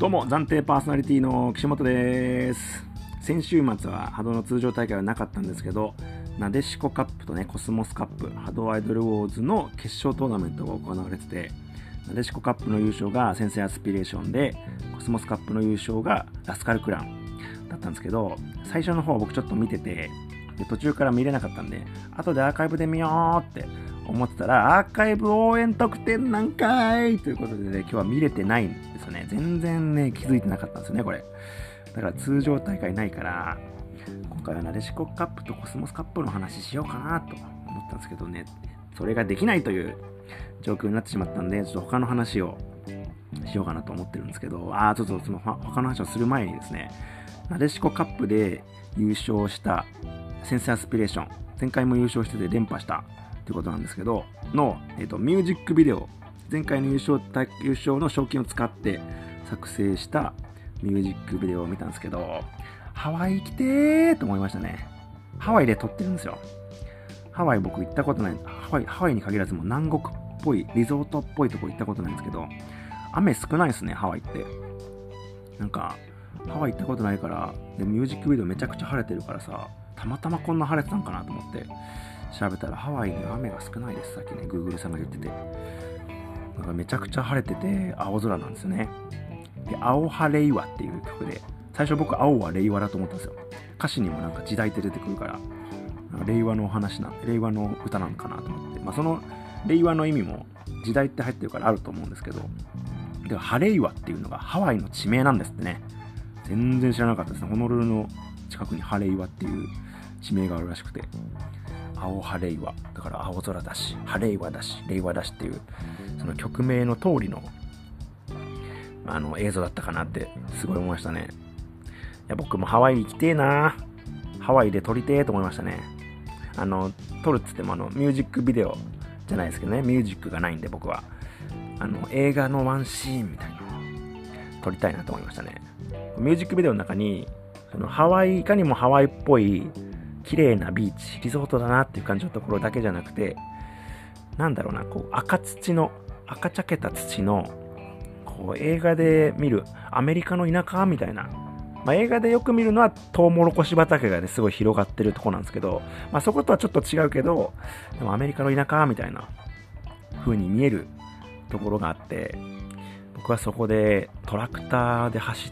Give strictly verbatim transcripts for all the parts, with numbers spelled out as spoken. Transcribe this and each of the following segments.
どうも暫定パーソナリティの岸本です。先週末は波動の通常大会はなかったんですけど、なでしこカップとねコスモスカップ、波動アイドルウォーズの決勝トーナメントが行われてて、なでしこカップの優勝が先生アスピレーションで、コスモスカップの優勝がラスカルクランだったんですけど、最初の方僕ちょっと見てて、で途中から見れなかったんで、後でアーカイブで見ようって思ってたら、アーカイブ応援特典なんかいということでね、今日は見れてないんですよね。全然ね気づいてなかったんですよねこれ。だから通常大会ないから、今回はなでしこカップとコスモスカップの話しようかなと思ったんですけどね、それができないという状況になってしまったんで、ちょっと他の話をしようかなと思ってるんですけど、あーちょっとその他の話をする前にですね、なでしこカップで優勝した先生アスピレーション、前回も優勝してて連覇したということなんですけどの、えーと、ミュージックビデオ、前回の優勝、優勝の賞金を使って作成したミュージックビデオを見たんですけど、ハワイ来てーと思いましたね。ハワイで撮ってるんですよ。ハワイ僕行ったことない。ハワイ、ハワイに限らずも南国っぽいリゾートっぽいとこ行ったことないんですけど、雨少ないですねハワイって。なんかハワイ行ったことないから、でミュージックビデオめちゃくちゃ晴れてるからさ、たまたまこんな晴れてたんかなと思って調べたら、ハワイに雨が少ないです。さっきね Google さんが言ってて、なんかめちゃくちゃ晴れてて青空なんですよね。で青葉令和っていう曲で、最初僕青は令和だと思ったんですよ。歌詞にもなんか時代って出てくるから、なんか令和の話なん令和の歌なのかなと思って、まあその令和の意味も時代って入ってるからあると思うんですけど、でハレイワっていうのがハワイの地名なんですってね。全然知らなかったですね。ホノルルの近くにハレイワっていう地名があるらしくて、青ハレイワだから青空だし、ハレイワだし、令和だしっていう、その曲名の通りのあの映像だったかなってすごい思いましたね。いや僕もハワイ行きてえな、ハワイで撮りてえと思いましたね。あの撮るっつってもあのミュージックビデオじゃないですけどね、ミュージックがないんで、僕はあの映画のワンシーンみたいなのを撮りたいなと思いましたね。ミュージックビデオの中にそのハワイ、いかにもハワイっぽい綺麗なビーチ、リゾートだなっていう感じのところだけじゃなくて、なんだろうな、こう赤土の赤茶けた土のこう映画で見るアメリカの田舎みたいな、まあ、映画でよく見るのはトウモロコシ畑が、ね、すごい広がってるところなんですけど、まあ、そことはちょっと違うけど、でもアメリカの田舎みたいな風に見えるところがあって、僕はそこでトラクターで走って、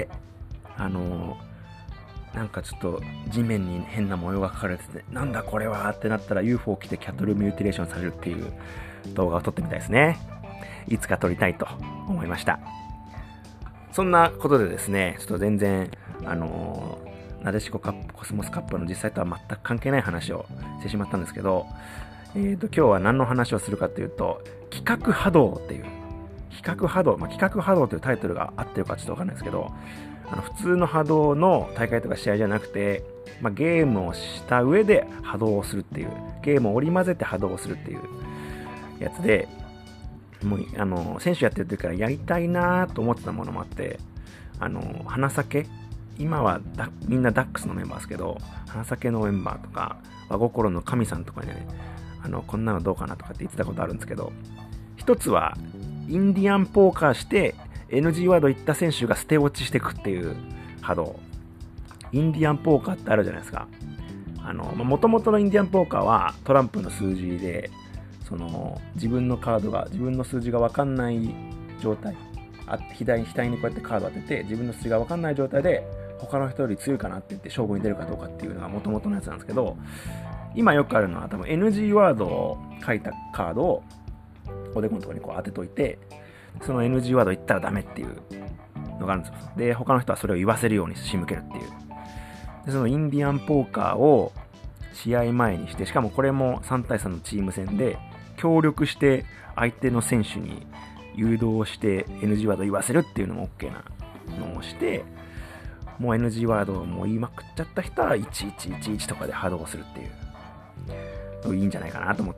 あのなんかちょっと地面に変な模様が描かれてて、なんだこれはってなったら ユーフォー 来てキャトルミューティレーションされるっていう動画を撮ってみたいですね。いつか撮りたいと思いました。そんなことでですね、ちょっと全然あのー、なでしこカップ、コスモスカップの実際とは全く関係ない話をしてしまったんですけど、えーと今日は何の話をするかというと、企画波動っていう、企画波動、まあ、企画波動というタイトルが合ってるかちょっとわかんないですけど、あの普通の波動の大会とか試合じゃなくて、まあ、ゲームをした上で波動をするっていう、ゲームを織り交ぜて波動をするっていうやつで、もうあの選手やってる時からやりたいなと思ってたものもあって、あの花咲、今はだみんなダックスのメンバーですけど、花咲のメンバーとか和心の神さんとかね、あのこんなのどうかなとかって言ってたことあるんですけど、一つはインディアンポーカーして エヌジー ワード行った選手が捨て落ちしていくっていう波動。インディアンポーカーってあるじゃないですか。あの元々のインディアンポーカーはトランプの数字で、その自分のカードが、自分の数字が分かんない状態、あ左額にこうやってカード当てて、自分の数字が分かんない状態で他の人より強いかなって言って勝負に出るかどうかっていうのが元々のやつなんですけど、今よくあるのは多分 エヌジー ワードを書いたカードをおでこのところにこう当てといて、その エヌジー ワード言ったらダメっていうのがあるんですよ。で他の人はそれを言わせるように仕向けるっていう。でそのインディアンポーカーを試合前にして、しかもこれもさん対さんのチーム戦で協力して相手の選手に誘導して エヌジー ワードを言わせるっていうのも OK なのをして、もう エヌジー ワードをもう言いまくっちゃった人はいちいちいちいちとかで波動するっていう、いいんじゃないかなと思って。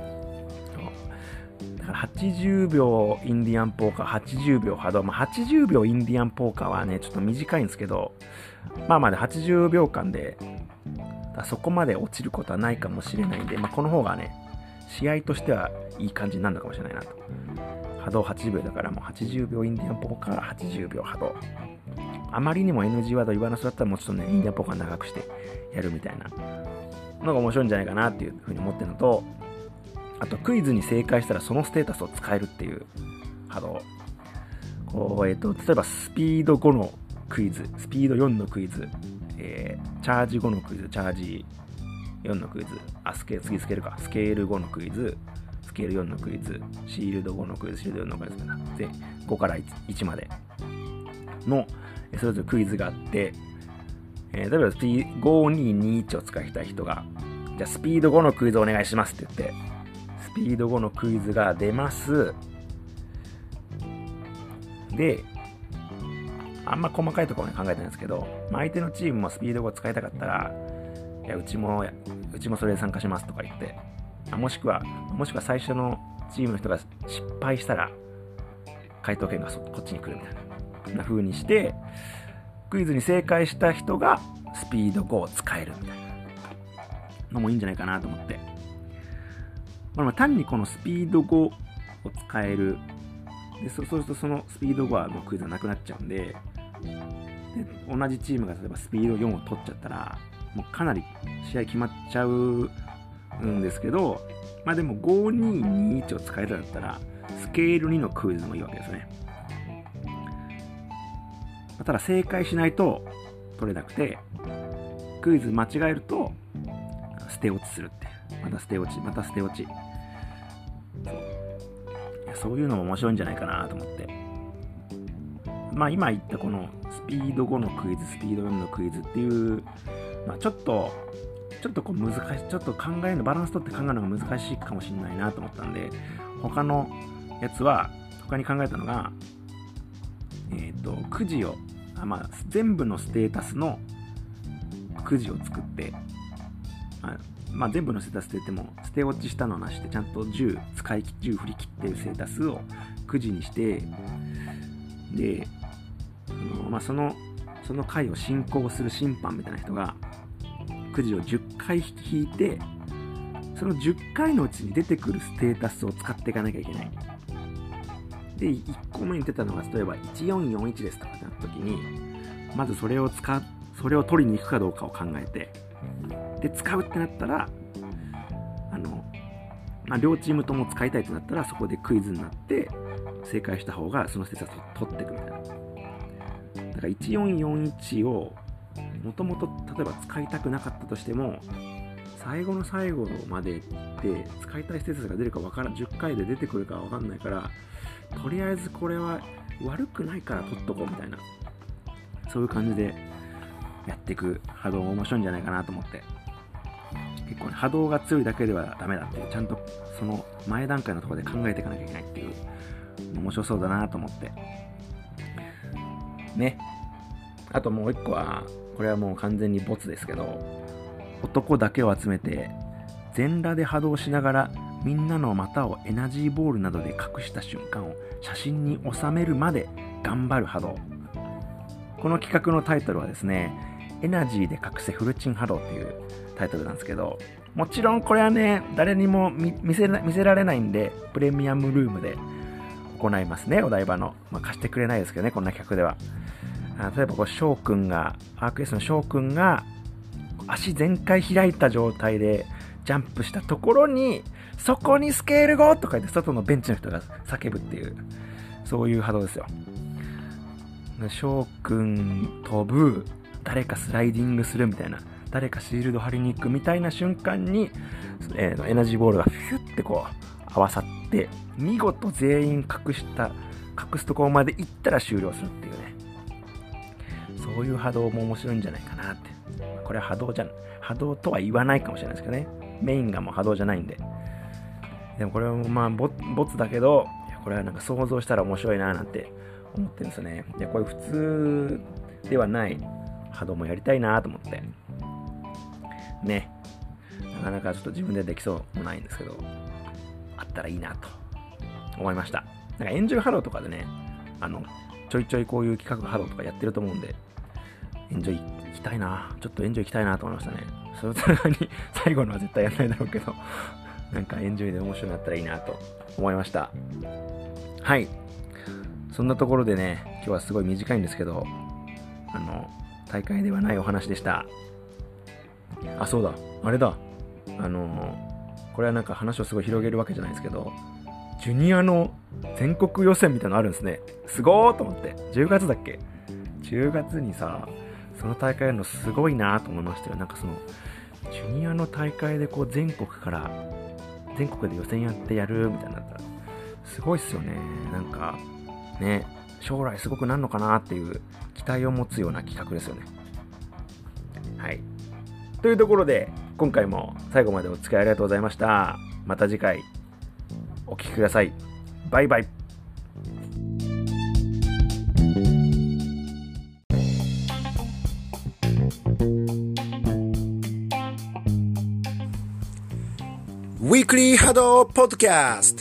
だからはちじゅうびょうインディアンポーカー、はちじゅうびょう波動、まあ、はちじゅうびょうインディアンポーカーはねちょっと短いんですけど、まあまあではちじゅうびょうかんでそこまで落ちることはないかもしれないんで、まあ、この方がね試合としてはいい感じになるのかもしれないなと。 波動はちじゅうびょうだからもうはちじゅうびょうインディアンポーカー、はちじゅうびょう波動。あまりにも エヌジー ワード言わなそうだったらもうちょっとね、インディアンポーカー長くしてやるみたいなのが面白いんじゃないかなっていうふうに思ってるのと、あとクイズに正解したらそのステータスを使えるっていう波動。こう、えっと、例えばスピードごのクイズ、スピードよんのクイズ、えー、チャージごのクイズ、チャージよんのクイズ、あ、スケール、次スケールか、スケールごのクイズ、スケールよんのクイズ、シールドごのクイズ、シールドよんのクイズかな。で、ごから 1, いちまでの、それぞれクイズがあって、えー、例えばスピーごににいちを使いたい人が、じゃあスピードごのクイズお願いしますって言って、スピードごのクイズが出ます。で、あんま細かいところに考えてないんですけど、まあ、相手のチームもスピードご使いたかったら、いやうちもうちもそれで参加しますとか言って、あもしくはもしくは最初のチームの人が失敗したら回答権がこっちに来るみたいなこんな風にして、クイズに正解した人がスピードごを使えるみたいなのもいいんじゃないかなと思って、まあ、単にこのスピードごを使えるで、そうするとそのスピードごはもうクイズはなくなっちゃうんで、で同じチームが例えばスピードよんを取っちゃったらもうかなり試合決まっちゃうんですけど、まあでもごににいちを使えたんだったらスケールにのクイズでもいいわけですね。ただ正解しないと取れなくて、クイズ間違えると捨て落ちするって、また捨て落ちまた捨て落ち、そういやそういうのも面白いんじゃないかなと思って、まあ今言ったこのスピードごのクイズ、スピードよんのクイズっていう、まあ、ちょっとちょっとこう難しい、ちょっと考えるのバランス取って考えるのが難しいかもしれないなと思ったんで、他のやつは他に考えたのが、えっとくじをあ、まあ、全部のステータスのくじを作って、まあまあ、全部のステータスって言っても捨て落ちしたのなしでちゃんとじゅう使い切じゅう振り切ってるステータスをくじにして、であの、まあ、そのその回を進行する審判みたいな人がくじをじゅっかい引いて、そのじゅっかいのうちに出てくるステータスを使っていかなきゃいけない。で、いっこめに出たのが例えばいちよんよんいちですとかってなった時に、まずそれを使う、それを取りに行くかどうかを考えて、で使うってなったら、あの、まあ、両チームとも使いたいってなったらそこでクイズになって正解した方がそのステータスを取っていくみたいな。だからいちよんよんいちをもともと例えば使いたくなかったとしても、最後の最後までで使いたいステータスが出るか分からん、じゅっかいで出てくるか分かんないから、とりあえずこれは悪くないから取っとこうみたいな、そういう感じでやっていく波動も面白いんじゃないかなと思って、結構ね、波動が強いだけではダメだっていう、ちゃんとその前段階のところで考えていかなきゃいけないっていう面白そうだなと思ってね。あともう一個は、これはもう完全にボツですけど、男だけを集めて全裸で波動しながらみんなの股をエナジーボールなどで隠した瞬間を写真に収めるまで頑張る波動。この企画のタイトルはですね、エナジーで隠せフルチン波動っていうタイトルなんですけど、もちろんこれはね、誰にも 見, 見, せ見せられないんで、プレミアムルームで行いますね、お台場の。まあ、貸してくれないですけどね、こんな企画では。あ例えばこう翔くんがアークエスの翔くんが足全開開いた状態でジャンプしたところに、そこにスケールごとか言って外のベンチの人が叫ぶっていう、そういう波動ですよ。翔くん飛ぶ、誰かスライディングするみたいな、誰かシールド張りに行くみたいな瞬間に、えー、エナジーボールがフュッてこう合わさって見事全員隠した隠すところまで行ったら終了するっていうね、そういう波動も面白いんじゃないかなって。これは波動じゃ波動とは言わないかもしれないですけどね、メインがもう波動じゃないんで。でもこれはまあ ボ, ボツだけど、いやこれはなんか想像したら面白いななんて思ってるんですよね。いやこれ普通ではない波動もやりたいなと思ってね。なかなかちょっと自分でできそうもないんですけど、あったらいいなと思いました。なんかエンジョイ波動とかでね、あのちょいちょいこういう企画波動とかやってると思うんで、エンジョイ行きたいな、ちょっとエンジョイ行きたいなと思いましたね。それとに最後のは絶対やらないだろうけど、なんかエンジョイで面白くなったらいいなと思いました。 はい。そんなところでね、今日はすごい短いんですけど、あの、大会ではないお話でした。あ、そうだ、あれだ。あの、これはなんか話をすごい広げるわけじゃないですけど、ジュニアの全国予選みたいなのあるんですね。すごーと思って。じゅうがつだっけ ?じゅう 月にさ、その大会やるのすごいなと思いましたよ。なんかその、ジュニアの大会でこう全国から、全国で予選やってやるみたいになったら、すごいっすよね。なんか、ね、将来すごくなるのかなっていう期待を持つような企画ですよね。はい。というところで、今回も最後までお付き合いありがとうございました。また次回、お聞きください。バイバイ。 ウィークリーハドポッドキャスト